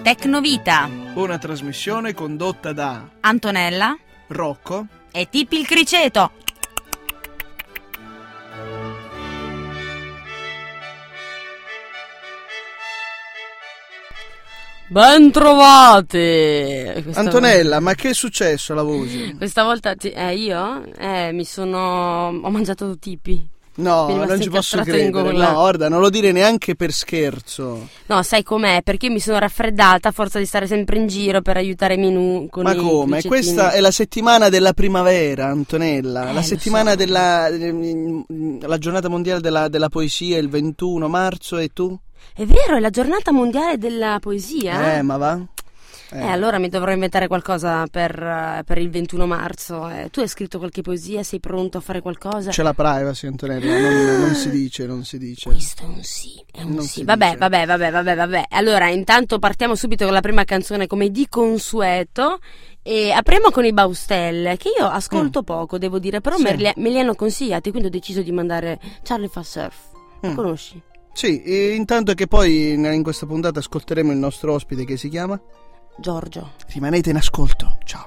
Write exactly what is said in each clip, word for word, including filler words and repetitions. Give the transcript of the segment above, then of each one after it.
Tecnovita, una trasmissione condotta da Antonella, Rocco e Tippi il Criceto. Ben trovate! Questa Antonella, volta... ma che è successo alla voce? Questa volta ti... eh, io eh, mi sono ho mangiato Tippi. No, non ci posso credere. No, guarda, non lo dire neanche per scherzo. No, sai com'è? Perché mi sono raffreddata a forza di stare sempre in giro per aiutare Minù con Ma i come? cricettini. Questa è la settimana della primavera, Antonella. Eh, la settimana so. della la giornata mondiale della, della poesia, il ventuno marzo, e tu? È vero, è la giornata mondiale della poesia. Eh, ma va? Eh, eh allora mi dovrò inventare qualcosa per, uh, per il ventuno marzo. Eh, tu hai scritto qualche poesia? Sei pronto a fare qualcosa? C'è la privacy, Antonella, non, non si dice, non si dice. Questo è un sì, è un non sì. Vabbè, dice. vabbè, vabbè, vabbè, vabbè. Allora, intanto partiamo subito con la prima canzone, come di consueto. E apriamo con i Baustelle, che io ascolto mm. poco, devo dire, però sì. me, li, me li hanno consigliati, quindi ho deciso di mandare Charlie fa surf. Lo Mm. conosci? Sì, e intanto che poi in questa puntata ascolteremo il nostro ospite che si chiama Giorgio. Rimanete in ascolto, ciao.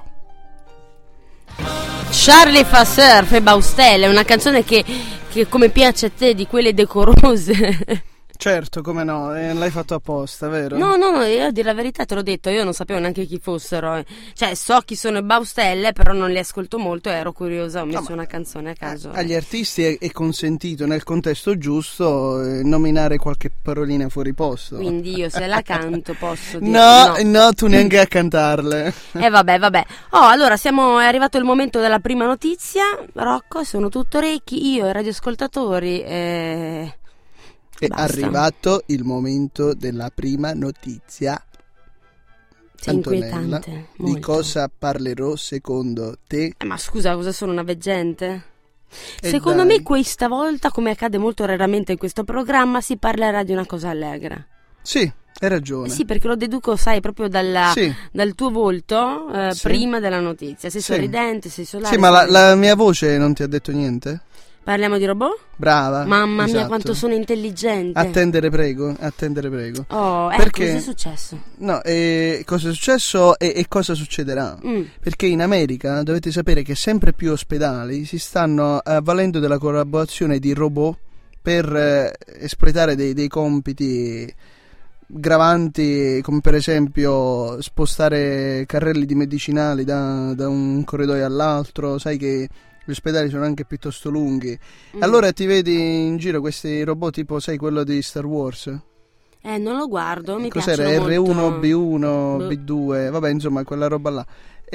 Charlie fa surf e Baustelle, una canzone che, che come piace a te, di quelle decorose. Certo, come no, eh, l'hai fatto apposta, vero? No, no, no, io a dire la verità te l'ho detto, io non sapevo neanche chi fossero. Cioè, so chi sono i Baustelle, però non li ascolto molto e ero curiosa, ho messo no, una canzone a caso. Agli artisti è, è consentito nel contesto giusto eh, nominare qualche parolina fuori posto. Quindi io se la canto posso dire no, no, no, tu neanche a cantarle. Eh vabbè, vabbè. Oh, allora siamo, è arrivato il momento della prima notizia. Rocco, sono tutto orecchi, io e i radioascoltatori eh... È Basta. arrivato il momento della prima notizia. Sei Antonella, inquietante, di molto. cosa parlerò secondo te? Eh, ma scusa, cosa sono una veggente? E Secondo dai. me questa volta, come accade molto raramente in questo programma, si parlerà di una cosa allegra. Sì, hai ragione. Eh sì, perché lo deduco, sai, proprio dalla, Sì. dal tuo volto eh, Sì. prima della notizia. Sei Sì. sorridente, sei solare. Sì, ma sei... la, la mia voce non ti ha detto niente? Parliamo di robot? Brava. Mamma mia, esatto. quanto sono intelligente. Attendere prego, attendere prego. Oh, ecco, Perché- cosa è successo? No, eh, cosa è successo e, e cosa succederà? Mm. Perché in America dovete sapere che sempre più ospedali si stanno avvalendo della collaborazione di robot per eh, espletare dei, dei compiti gravanti, come per esempio spostare carrelli di medicinali da, da un corridoio all'altro. Sai che gli ospedali sono anche piuttosto lunghi. Mm. Allora ti vedi in giro questi robot tipo, sai, quello di Star Wars? Eh, non lo guardo, mi Cos'era? piacciono R uno, molto. B uno, Boh. B due, vabbè, insomma, quella roba là.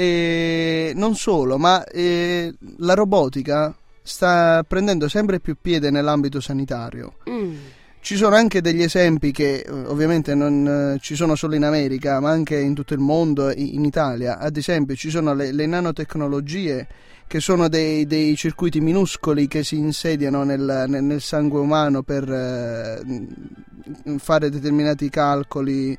E non solo, ma eh, la robotica sta prendendo sempre più piede nell'ambito sanitario. Mm. Ci sono anche degli esempi che eh, ovviamente non eh, ci sono solo in America, ma anche in tutto il mondo, i- in Italia. Ad esempio, ci sono le, le nanotecnologie, che sono dei, dei circuiti minuscoli che si insediano nel, nel, nel sangue umano per eh, fare determinati calcoli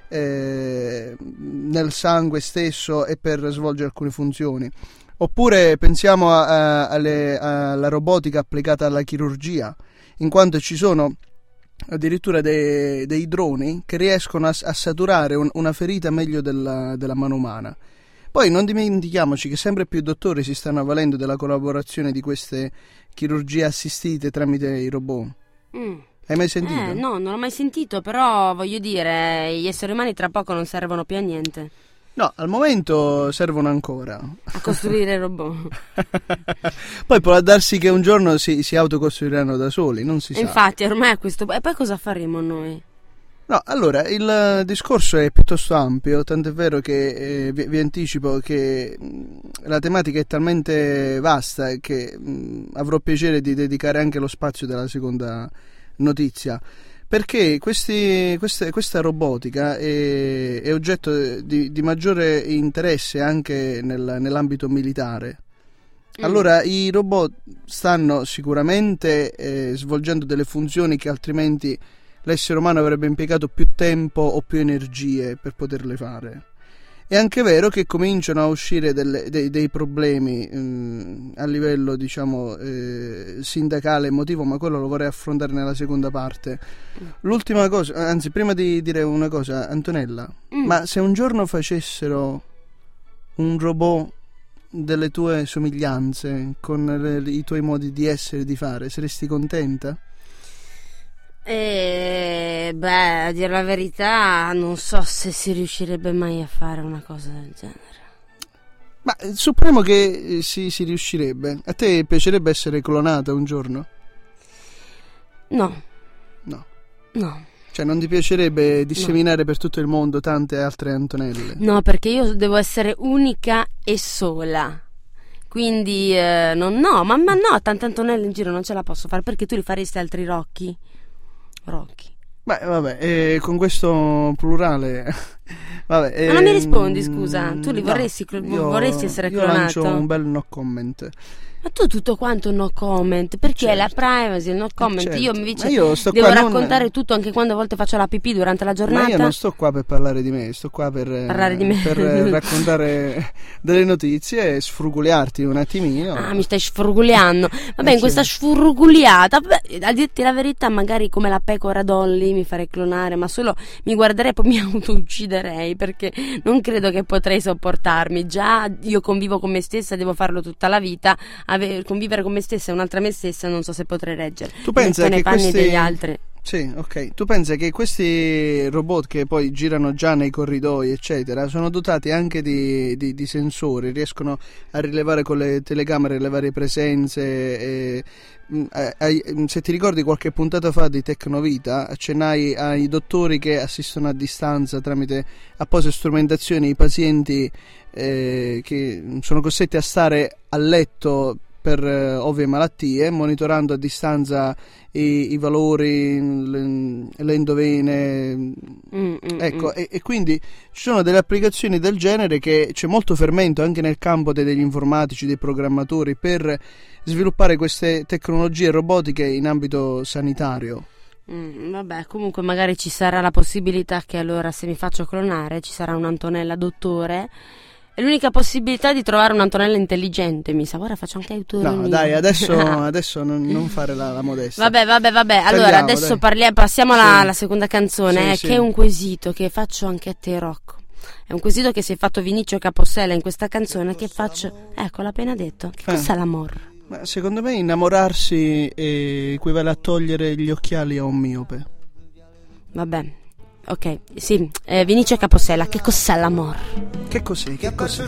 eh, nel sangue stesso e per svolgere alcune funzioni. Oppure pensiamo a, a, alle, alla robotica applicata alla chirurgia, in quanto ci sono addirittura dei, dei droni che riescono a, a saturare un, una ferita meglio della, della mano umana. Poi non dimentichiamoci che sempre più dottori si stanno avvalendo della collaborazione di queste chirurgie assistite tramite i robot. Mm. Hai mai sentito? Eh, no, non l'ho mai sentito, però voglio dire, gli esseri umani tra poco non servono più a niente. No, al momento servono ancora. A costruire robot. Poi può darsi che un giorno si, si autocostruiranno da soli, non si E sa. infatti, ormai a questo punto... E poi cosa faremo noi? No, allora, il discorso è piuttosto ampio, tant'è vero che eh, vi, vi anticipo che mh, la tematica è talmente vasta che mh, avrò piacere di dedicare anche lo spazio della seconda notizia, perché questi, queste, questa robotica è, è oggetto di, di maggiore interesse anche nel, nell'ambito militare. Mm. Allora, i robot stanno sicuramente eh, svolgendo delle funzioni che altrimenti l'essere umano avrebbe impiegato più tempo o più energie per poterle fare. È anche vero che cominciano a uscire delle, dei, dei problemi mh, a livello, diciamo, eh, sindacale, emotivo, ma quello lo vorrei affrontare nella seconda parte. L'ultima cosa, anzi, prima di dire una cosa, Antonella, mm. ma se un giorno facessero un robot delle tue somiglianze, con le, i tuoi modi di essere e di fare, saresti contenta? Eh, beh, a dire la verità, non so se si riuscirebbe mai a fare una cosa del genere. Ma supponiamo che si, si riuscirebbe. A te piacerebbe essere clonata un giorno? No. No. No. Cioè non ti piacerebbe disseminare no. per tutto il mondo tante altre Antonelle? No, perché io devo essere unica e sola. Quindi eh, non, no, ma, ma no, tante Antonelle in giro non ce la posso fare, perché tu li faresti altri Rocchi. Rocchi. Beh, vabbè, eh, con questo plurale. Vabbè, eh, ma non mi rispondi, scusa. Tu li vorresti, no, io, vorresti essere io clonato? Io lancio un bel no comment. Ma tu tutto quanto no comment, perché certo. la privacy, il no comment, certo. io invece io sto devo qua raccontare non... tutto anche quando a volte faccio la pipì durante la giornata. Ma io non sto qua per parlare di me, sto qua per, parlare di me. per raccontare delle notizie e sfrugugliarti un attimino. Ah, mi stai sfrugugliando. Vabbè, in questa sfrugugliata, vabbè, a dirti la verità, magari come la pecora Dolly mi farei clonare, ma solo mi guarderei e poi mi autoucciderei, perché non credo che potrei sopportarmi. Già io convivo con me stessa, devo farlo tutta la vita, ave- convivere con me stessa e un'altra me stessa non so se potrei reggere. Tu pensi che panni questi... degli altri. Sì, ok. Tu pensi che questi robot che poi girano già nei corridoi, eccetera, sono dotati anche di, di, di sensori, riescono a rilevare con le telecamere le varie presenze e, eh, eh, se ti ricordi qualche puntata fa di Tecnovita accennai ai dottori che assistono a distanza tramite apposite strumentazioni i pazienti eh, che sono costretti a stare a letto per eh, ovvie malattie, monitorando a distanza i, i valori, le, le endovene, mm, mm, ecco, mm. E, e quindi ci sono delle applicazioni del genere che c'è molto fermento anche nel campo degli informatici, dei programmatori, per sviluppare queste tecnologie robotiche in ambito sanitario. Mm, vabbè, comunque magari ci sarà la possibilità che allora se mi faccio clonare ci sarà un'Antonella dottore. È l'unica possibilità di trovare un'Antonella intelligente, mi sa. Ora faccio anche autoironia. No, dai, adesso, adesso non, non fare la, la modesta. Vabbè, vabbè, vabbè. Allora, Tagliamo, adesso dai. parliamo, passiamo alla, sì. alla seconda canzone, sì, eh, sì. che è un quesito che faccio anche a te, Rocco. È un quesito che si è fatto Vinicio Capossela in questa canzone che faccio... Ecco, l'ha appena detto. Che eh. cos'è l'amor? Ma secondo me innamorarsi eh, equivale a togliere gli occhiali a un miope. Vabbè. Ok, sì, eh, Vinicio Capossela, che cos'è l'amor? Che cos'è? Che cos'è?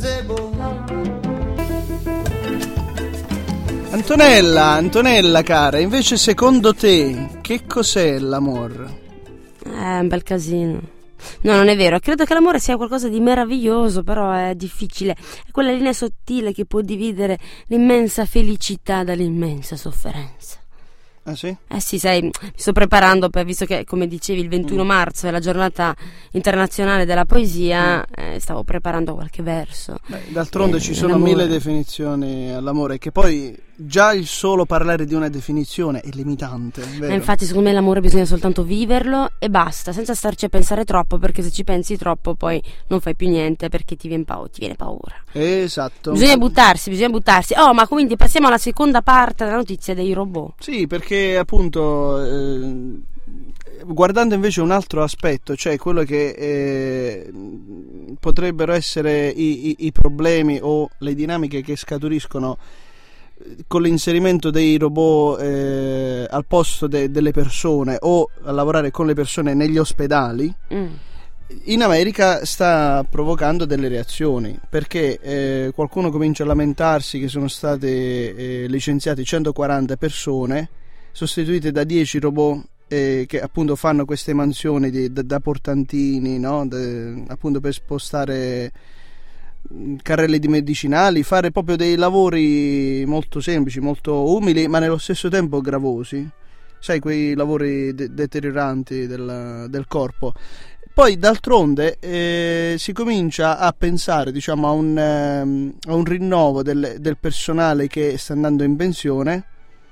Antonella, Antonella cara, invece secondo te che cos'è l'amor? È un bel casino. No, non è vero, credo che l'amore sia qualcosa di meraviglioso, però è difficile. È quella linea sottile che può dividere l'immensa felicità dall'immensa sofferenza. Ah sì? Eh sì, sai, mi sto preparando per, visto che come dicevi il ventuno marzo è la giornata internazionale della poesia, eh, stavo preparando qualche verso. Beh, d'altronde eh, ci sono l'amore. mille definizioni all'amore, che poi già il solo parlare di una definizione è limitante, vero? Eh, infatti secondo me l'amore bisogna soltanto viverlo e basta, senza starci a pensare troppo, perché se ci pensi troppo poi non fai più niente, perché ti viene, pa- ti viene paura. Esatto. Bisogna buttarsi, bisogna buttarsi. Oh, ma quindi passiamo alla seconda parte della notizia dei robot. Sì, perché appunto eh, guardando invece un altro aspetto, cioè quello che eh, potrebbero essere i, i, i problemi o le dinamiche che scaturiscono con l'inserimento dei robot eh, al posto de, delle persone o a lavorare con le persone negli ospedali, mm. in America sta provocando delle reazioni, perché eh, qualcuno comincia a lamentarsi che sono state eh, licenziate centoquaranta persone, sostituite da dieci robot eh, che appunto fanno queste mansioni di, da, da portantini, no? De, appunto per spostare carrelli di medicinali, fare proprio dei lavori molto semplici, molto umili, ma nello stesso tempo gravosi, sai, quei lavori de- deterioranti del, del corpo. Poi d'altronde eh, si comincia a pensare, diciamo, a un, eh, a un rinnovo del, del personale che sta andando in pensione,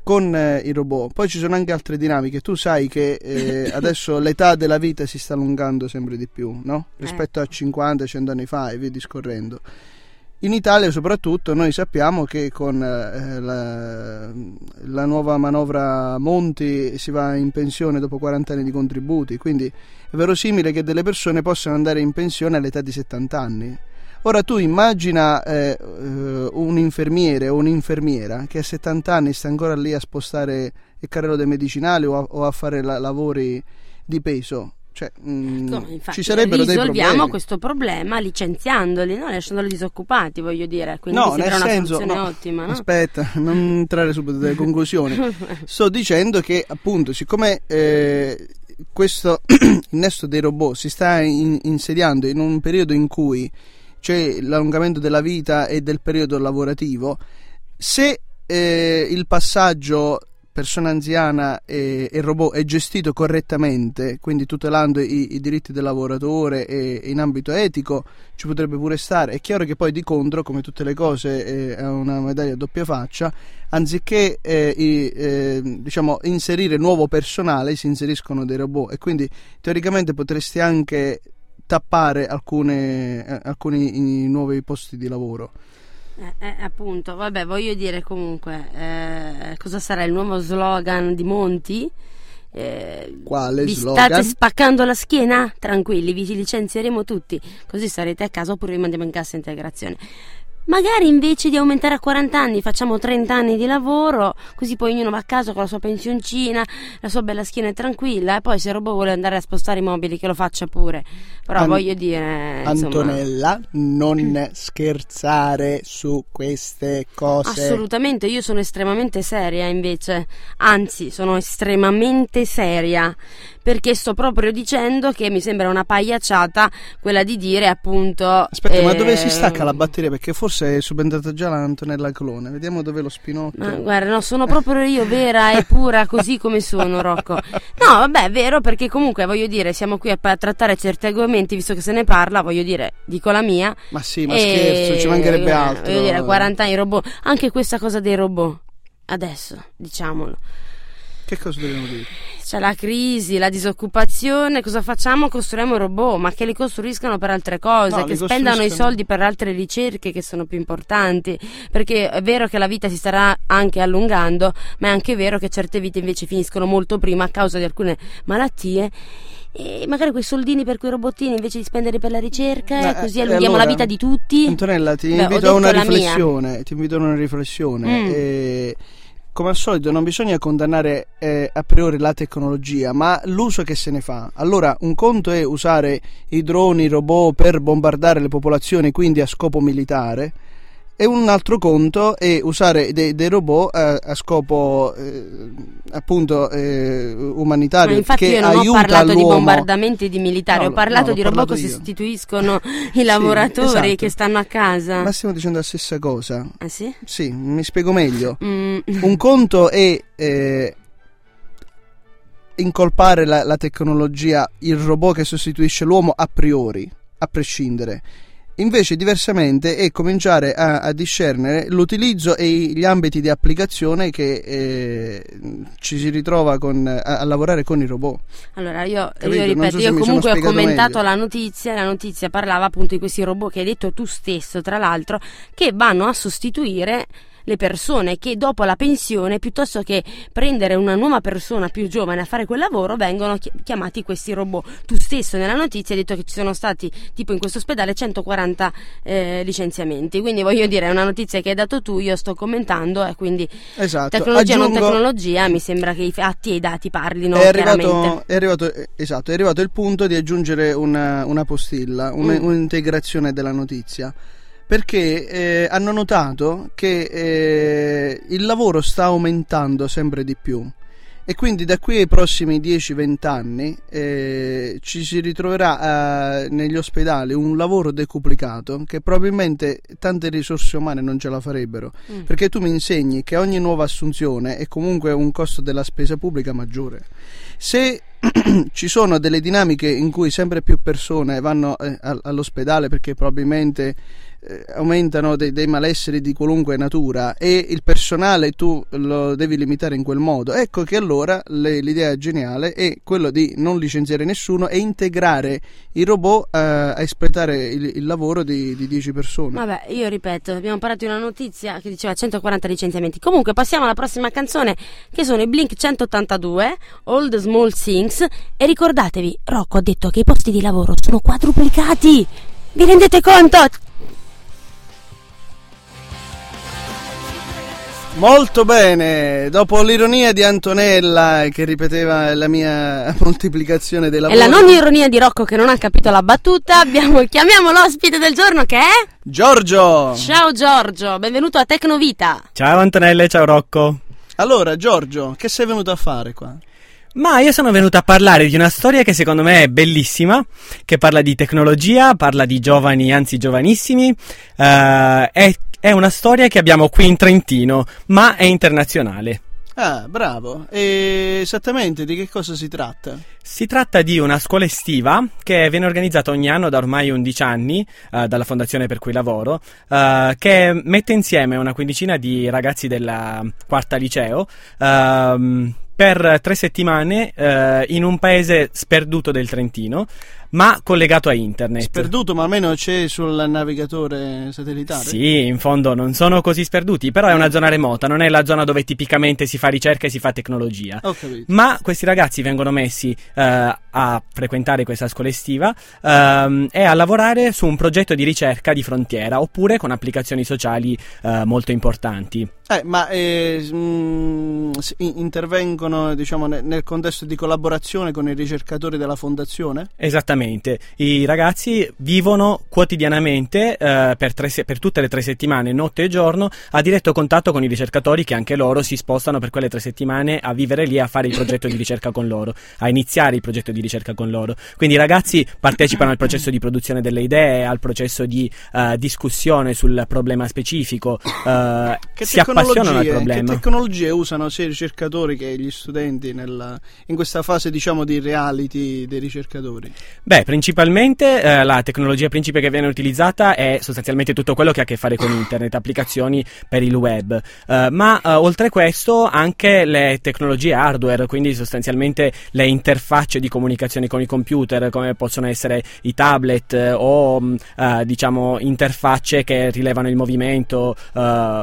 con eh, i robot. Poi ci sono anche altre dinamiche. Tu sai che eh, adesso l'età della vita si sta allungando sempre di più, no? Rispetto a cinquanta cento anni fa e via discorrendo. In Italia soprattutto noi sappiamo che con eh, la, la nuova manovra Monti si va in pensione dopo quaranta anni di contributi, quindi è verosimile che delle persone possano andare in pensione all'età di settanta anni. Ora tu immagina eh, un infermiere o un'infermiera che a settanta anni sta ancora lì a spostare il carrello dei medicinali o a, o a fare la, lavori di peso. Cioè, mh, no, infatti, ci sarebbero dei problemi. Risolviamo questo problema licenziandoli, no? Lasciandoli disoccupati, voglio dire. Quindi no, mi sembra nel una senso, soluzione no, ottima, no? Aspetta, non entrare subito delle conclusioni. Sto dicendo che appunto, siccome eh, questo innesto dei robot si sta in, insediando in un periodo in cui c'è l'allungamento della vita e del periodo lavorativo, se eh, il passaggio persona anziana e, e robot è gestito correttamente, quindi tutelando i, i diritti del lavoratore e, e in ambito etico, ci potrebbe pure stare. È chiaro che poi di contro, come tutte le cose, eh, è una medaglia a doppia faccia. Anziché eh, i, eh, diciamo inserire nuovo personale, si inseriscono dei robot, e quindi teoricamente potresti anche tappare alcune, eh, alcuni nuovi posti di lavoro. Eh, eh, appunto, vabbè, voglio dire comunque, eh, cosa sarà il nuovo slogan di Monti? Eh, Quale vi slogan? State spaccando la schiena? Tranquilli, vi licenzieremo tutti, così sarete a casa oppure vi mandiamo in cassa integrazione. Magari invece di aumentare a quaranta anni facciamo trenta anni di lavoro, così poi ognuno va a casa con la sua pensioncina, la sua bella schiena è tranquilla, e poi se il robot vuole andare a spostare i mobili che lo faccia pure. Però An- voglio dire, insomma... Antonella, non scherzare su queste cose. Assolutamente, io sono estremamente seria invece, anzi sono estremamente seria, perché sto proprio dicendo che mi sembra una pagliacciata quella di dire appunto... Aspetta, eh... ma dove si stacca la batteria? Perché forse è subentrata già l'Antonella Clone. Vediamo dove lo spinotto. Ma guarda, no, sono proprio io vera e pura così come sono, Rocco. No, vabbè, è vero, perché comunque voglio dire, siamo qui a, a trattare certi argomenti, visto che se ne parla, voglio dire, dico la mia. Ma sì, ma e... scherzo, ci mancherebbe eh, altro. Voglio dire, quaranta anni robot, anche questa cosa dei robot. Adesso, diciamolo. Che cosa dobbiamo dire? C'è la crisi, la disoccupazione, cosa facciamo? Costruiamo robot, ma che li costruiscano per altre cose, no, che spendano i soldi per altre ricerche che sono più importanti, perché è vero che la vita si starà anche allungando, ma è anche vero che certe vite invece finiscono molto prima a causa di alcune malattie. E magari quei soldini per quei robottini invece di spendere per la ricerca, ma, così allunghiamo allora, la vita di tutti. Antonella, ti Beh, invito a una riflessione, mia. ti invito a una riflessione. Mm. E... Come al solito non bisogna condannare eh, a priori la tecnologia, ma l'uso che se ne fa. Allora, un conto è usare i droni, i robot per bombardare le popolazioni, quindi a scopo militare, e un altro conto è usare dei, dei robot a, a scopo eh, appunto eh, umanitario. Ma infatti che io non aiuta ho parlato l'uomo. di bombardamenti di militari, no, ho parlato no, di robot parlato che io. sostituiscono i lavoratori sì, esatto. che stanno a casa. Ma stiamo dicendo la stessa cosa. Ah sì? Sì, mi spiego meglio. Mm. Un conto è eh, incolpare la, la tecnologia, il robot che sostituisce l'uomo a priori, a prescindere. Invece diversamente è cominciare a, a discernere l'utilizzo e gli ambiti di applicazione che eh, ci si ritrova con, a, a lavorare con i robot. Allora io, io ripeto, so io comunque ho commentato meglio. la notizia, la notizia parlava appunto di questi robot che hai detto tu stesso, tra l'altro, che vanno a sostituire le persone, che dopo la pensione, piuttosto che prendere una nuova persona più giovane a fare quel lavoro, vengono chiamati questi robot. Tu stesso nella notizia hai detto che ci sono stati tipo in questo ospedale centoquaranta eh, licenziamenti, quindi voglio dire, è una notizia che hai dato tu, io sto commentando, e quindi esatto. tecnologia Aggiungo, non tecnologia, mi sembra che i fatti e i dati parlino è arrivato, chiaramente. È arrivato, esatto, è arrivato il punto di aggiungere una, una postilla, una, mm. un'integrazione della notizia, perché eh, hanno notato che eh, il lavoro sta aumentando sempre di più, e quindi da qui ai prossimi dieci venti anni eh, ci si ritroverà eh, negli ospedali un lavoro decuplicato, che probabilmente tante risorse umane non ce la farebbero, mm. perché tu mi insegni che ogni nuova assunzione è comunque un costo della spesa pubblica maggiore. Se ci sono delle dinamiche in cui sempre più persone vanno eh, all'ospedale perché probabilmente eh, aumentano dei, dei malesseri di qualunque natura e il personale tu lo devi limitare in quel modo. Ecco che allora le, l'idea geniale è quello di non licenziare nessuno e integrare i robot eh, a espletare il, il lavoro di, di dieci persone. Vabbè, io ripeto, abbiamo parlato di una notizia che diceva centoquaranta licenziamenti. Comunque passiamo alla prossima canzone, che sono i Blink centottantadue, All the Small Things. E ricordatevi, Rocco ha detto che i posti di lavoro sono quadruplicati. Vi rendete conto? Molto bene, dopo l'ironia di Antonella che ripeteva la mia moltiplicazione dei lavori e la non ironia di Rocco che non ha capito la battuta, abbiamo, chiamiamo l'ospite del giorno che è Giorgio. Ciao Giorgio, benvenuto a Tecnovita. Ciao Antonella, ciao Rocco. Allora Giorgio, che sei venuto a fare qua? Ma io sono venuto a parlare di una storia che secondo me è bellissima, che parla di tecnologia, parla di giovani, anzi giovanissimi, uh, è, è una storia che abbiamo qui in Trentino, ma è internazionale. Ah, bravo. E esattamente di che cosa si tratta? Si tratta di una scuola estiva che viene organizzata ogni anno da ormai undici anni uh, dalla fondazione per cui lavoro, uh, che mette insieme una quindicina di ragazzi della quarta liceo uh, per tre settimane uh, in un paese sperduto del Trentino, ma collegato a internet. Sperduto, ma almeno c'è sul navigatore satellitare? Sì, in fondo non sono così sperduti, però è una zona remota, non è la zona dove tipicamente si fa ricerca e si fa tecnologia. Ho capito. Ma questi ragazzi vengono messi uh, a frequentare questa scuola estiva uh, e a lavorare su un progetto di ricerca di frontiera, oppure con applicazioni sociali uh, molto importanti. Eh, ma eh, mh, intervengono, diciamo, nel contesto di collaborazione con i ricercatori della fondazione? Esattamente. I ragazzi vivono quotidianamente eh, per, tre se- per tutte le tre settimane, notte e giorno, a diretto contatto con i ricercatori, che anche loro si spostano per quelle tre settimane a vivere lì, a fare il progetto di ricerca con loro, a iniziare il progetto di ricerca con loro. Quindi i ragazzi partecipano al processo di produzione delle idee, al processo di uh, discussione sul problema specifico, uh, si appassionano al problema. Che tecnologie usano sia i ricercatori che gli studenti nella, in questa fase, diciamo, di reality dei ricercatori? Beh, principalmente eh, la tecnologia principe che viene utilizzata è sostanzialmente tutto quello che ha a che fare con internet, applicazioni per il web, uh, ma uh, oltre questo anche le tecnologie hardware, quindi sostanzialmente le interfacce di comunicazione con i computer, come possono essere i tablet uh, o uh, diciamo interfacce che rilevano il movimento uh,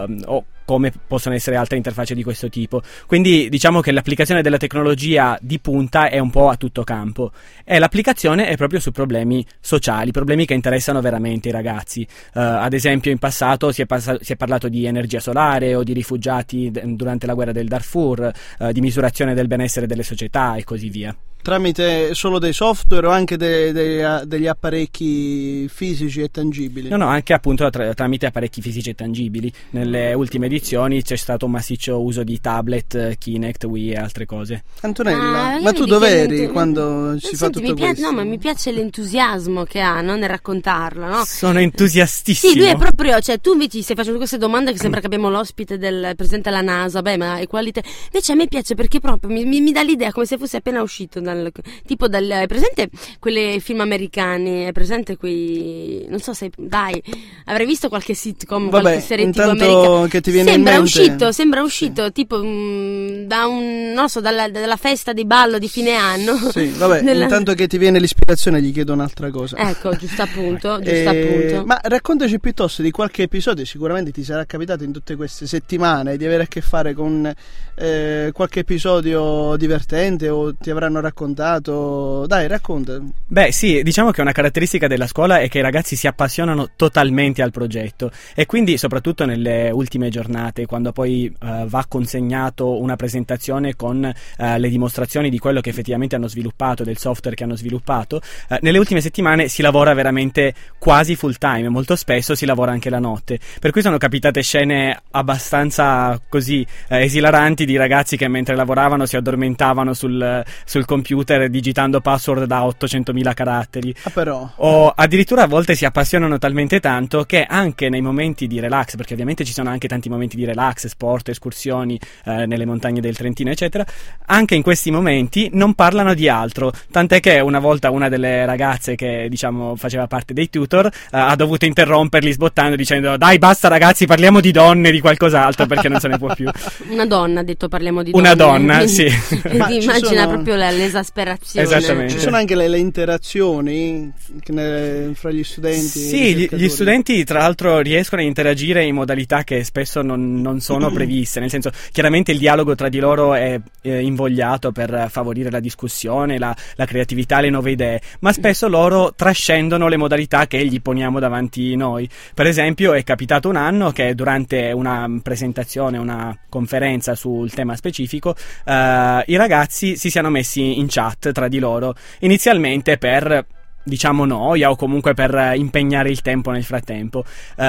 o come possono essere altre interfacce di questo tipo. Quindi diciamo che l'applicazione della tecnologia di punta è un po' a tutto campo, e l'applicazione è proprio su problemi sociali, problemi che interessano veramente i ragazzi. Uh, ad esempio in passato si è, pass- si è parlato di energia solare o di rifugiati d- durante la guerra del Darfur, uh, di misurazione del benessere delle società e così via. Tramite solo dei software o anche de, de, degli apparecchi fisici e tangibili? No, no, anche appunto tra, tramite apparecchi fisici e tangibili. Nelle ultime edizioni c'è stato un massiccio uso di tablet, Kinect, Wii e altre cose. Antonella, ah, ma tu dov'eri tu... quando si Senti, fa tutto mi piace, questo? No, ma mi piace l'entusiasmo che ha, no, nel raccontarlo, no? Sono entusiastissimo. Sì, lui è proprio, cioè tu mi ti stai facendo queste domande che sembra che abbiamo l'ospite del presidente della NASA, beh, ma è qualità. Invece a me piace perché proprio mi, mi, mi dà l'idea come se fosse appena uscito dal, tipo dal, è presente quelle film americani, è presente quei, non so se, dai, avrei visto qualche sitcom, Vabbè, qualche serie tivù intanto americana. che ti viene sembra in mente... uscito, sembra uscito sì. tipo mh, da un, non so, dalla, dalla festa di ballo di fine anno. Sì, vabbè, Nella... intanto che ti viene l'ispirazione gli chiedo un'altra cosa. Ecco, giusto appunto, giusto e... appunto. Ma raccontaci piuttosto di qualche episodio, sicuramente ti sarà capitato in tutte queste settimane di avere a che fare con eh, qualche episodio divertente o ti avranno raccontato, dai racconta. Beh sì, diciamo che una caratteristica della scuola è che i ragazzi si appassionano totalmente al progetto, e quindi soprattutto nelle ultime giornate, quando poi uh, va consegnato una presentazione con uh, le dimostrazioni di quello che effettivamente hanno sviluppato, del software che hanno sviluppato, uh, nelle ultime settimane si lavora veramente quasi full time, molto spesso si lavora anche la notte, per cui sono capitate scene abbastanza così uh, esilaranti di ragazzi che mentre lavoravano si addormentavano sul, sul computer computer digitando password da ottocentomila caratteri. Ah, però. O addirittura a volte si appassionano talmente tanto che anche nei momenti di relax, perché ovviamente ci sono anche tanti momenti di relax, sport, escursioni eh, nelle montagne del Trentino eccetera, anche in questi momenti non parlano di altro, tant'è che una volta una delle ragazze che diciamo faceva parte dei tutor eh, ha dovuto interromperli sbottando dicendo dai basta ragazzi, parliamo di donne, di qualcos'altro, perché non se ne può più. Una donna ha detto parliamo di una donne. Una donna, sì. Immagina sono... proprio l'esasperazione. Esattamente. Ci sono anche le, le interazioni ne, fra gli studenti. Sì, gli, gli studenti tra l'altro riescono a interagire in modalità che spesso non, non sono previste, nel senso chiaramente il dialogo tra di loro è, è invogliato per favorire la discussione, la, la creatività, le nuove idee, ma spesso loro trascendono le modalità che gli poniamo davanti noi. Per esempio è capitato un anno che durante una presentazione, una conferenza sul tema specifico, uh, i ragazzi si siano messi in chat tra di loro, inizialmente per diciamo noia o comunque per impegnare il tempo nel frattempo, uh,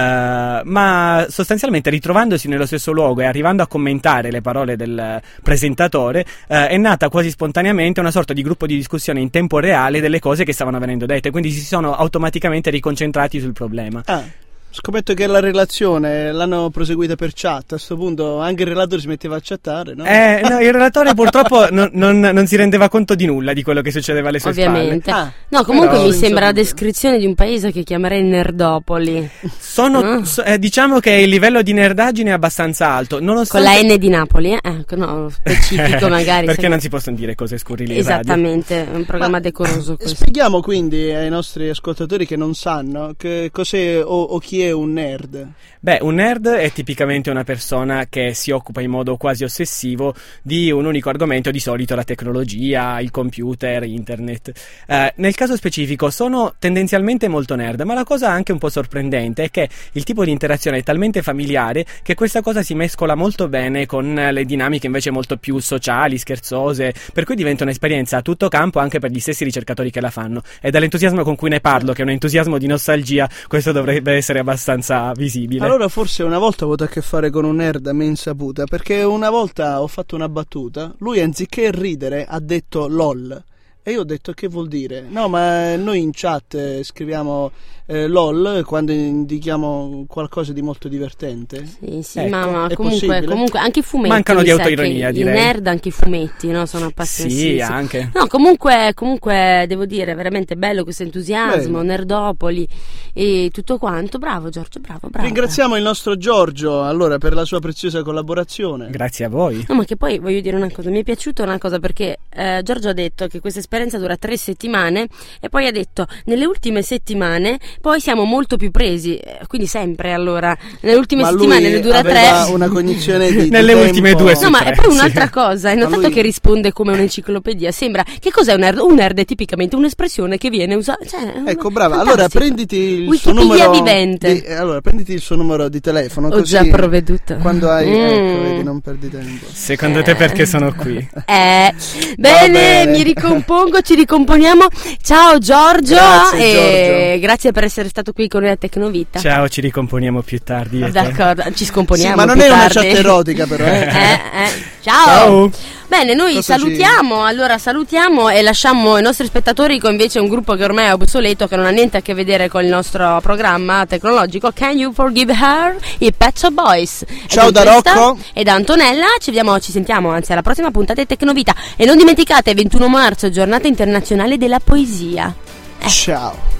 ma sostanzialmente ritrovandosi nello stesso luogo e arrivando a commentare le parole del presentatore, uh, è nata quasi spontaneamente una sorta di gruppo di discussione in tempo reale delle cose che stavano venendo dette, quindi si sono automaticamente riconcentrati sul problema. Ah. Scommetto che la relazione l'hanno proseguita per chat. A questo punto anche il relatore si metteva a chattare, no? Eh, no, il relatore purtroppo non, non, non si rendeva conto di nulla di quello che succedeva alle sue Ovviamente. spalle. Ah, no, comunque però, mi sembra la dubbio. descrizione di un paese che chiamerei Nerdopoli. Sono, Ah. so, eh, diciamo che il livello di nerdaggine è abbastanza alto, nonostante... Con la N di Napoli, eh? Ecco, no, specifico magari. Perché se- non si possono dire cose scurili in radio. Esattamente, è un programma Ma, decoroso eh, questo. Spieghiamo quindi ai nostri ascoltatori che non sanno che cos'è o, o chi è un nerd. Beh, un nerd è tipicamente una persona che si occupa in modo quasi ossessivo di un unico argomento, di solito la tecnologia, il computer, internet. Eh, nel caso specifico sono tendenzialmente molto nerd, ma la cosa anche un po' sorprendente è che il tipo di interazione è talmente familiare che questa cosa si mescola molto bene con le dinamiche invece molto più sociali, scherzose, per cui diventa un'esperienza a tutto campo anche per gli stessi ricercatori che la fanno. E dall'entusiasmo con cui ne parlo, che è un entusiasmo di nostalgia, questo dovrebbe essere abbastanza visibile. Allora forse una volta ho avuto a che fare con un nerd a mia insaputa, perché una volta ho fatto una battuta, lui anziché ridere ha detto lol. E io ho detto che vuol dire? No, ma noi in chat eh, scriviamo eh, lol quando indichiamo qualcosa di molto divertente. Sì, sì, Ecco, ma, ma è comunque, possibile? comunque anche i fumetti. Mancano mi di sa autoironia, che direi. I nerd, anche i fumetti, no? Sono appassionati. Sì, anche. No, comunque, comunque devo dire, veramente bello questo entusiasmo, Bello. Nerdopoli e tutto quanto. Bravo Giorgio, bravo, bravo. Ringraziamo il nostro Giorgio allora per la sua preziosa collaborazione. Grazie a voi. No, ma che poi voglio dire una cosa, mi è piaciuta una cosa perché eh, Giorgio ha detto che questa esperienza dura tre settimane e poi ha detto nelle ultime settimane poi siamo molto più presi, eh, quindi sempre allora nelle ultime Ma settimane lui ne dura aveva tre. una cognizione di, di Nelle tempo. ultime due su No, ma tre, e poi sì. un'altra cosa, hai Ma notato lui- che risponde come un'enciclopedia? Sembra, che cos'è un nerd? Un nerd è tipicamente un'espressione che viene usata, cioè, Ecco, brava. fantastico. Allora prenditi il Wikipedia suo numero vivente. di, eh, allora prenditi il suo numero di telefono Ho così già provveduto. quando hai Mm. ecco, vedi, non perdi tempo. Secondo te perché sono qui? Eh, bene, bene. mi ricompongo, ci ricomponiamo. Ciao Giorgio, Grazie, e Giorgio. grazie per essere stato qui con noi a Tecnovita. Ciao, ci ricomponiamo più tardi. io e te. D'accordo, ci scomponiamo. Sì, ma non più è una tardi. chat erotica però, eh. Eh, eh. Ciao. Ciao. Bene, noi Cosa salutiamo, allora salutiamo e lasciamo i nostri spettatori con invece un gruppo che ormai è obsoleto, che non ha niente a che vedere con il nostro programma tecnologico. Can You Forgive Her? I Pet Shop Boys. E Ciao con da questa Rocco. e da Antonella, ci vediamo, ci sentiamo anzi alla prossima puntata di Tecnovita. E non dimenticate, ventuno marzo, giornata internazionale della poesia. Ciao.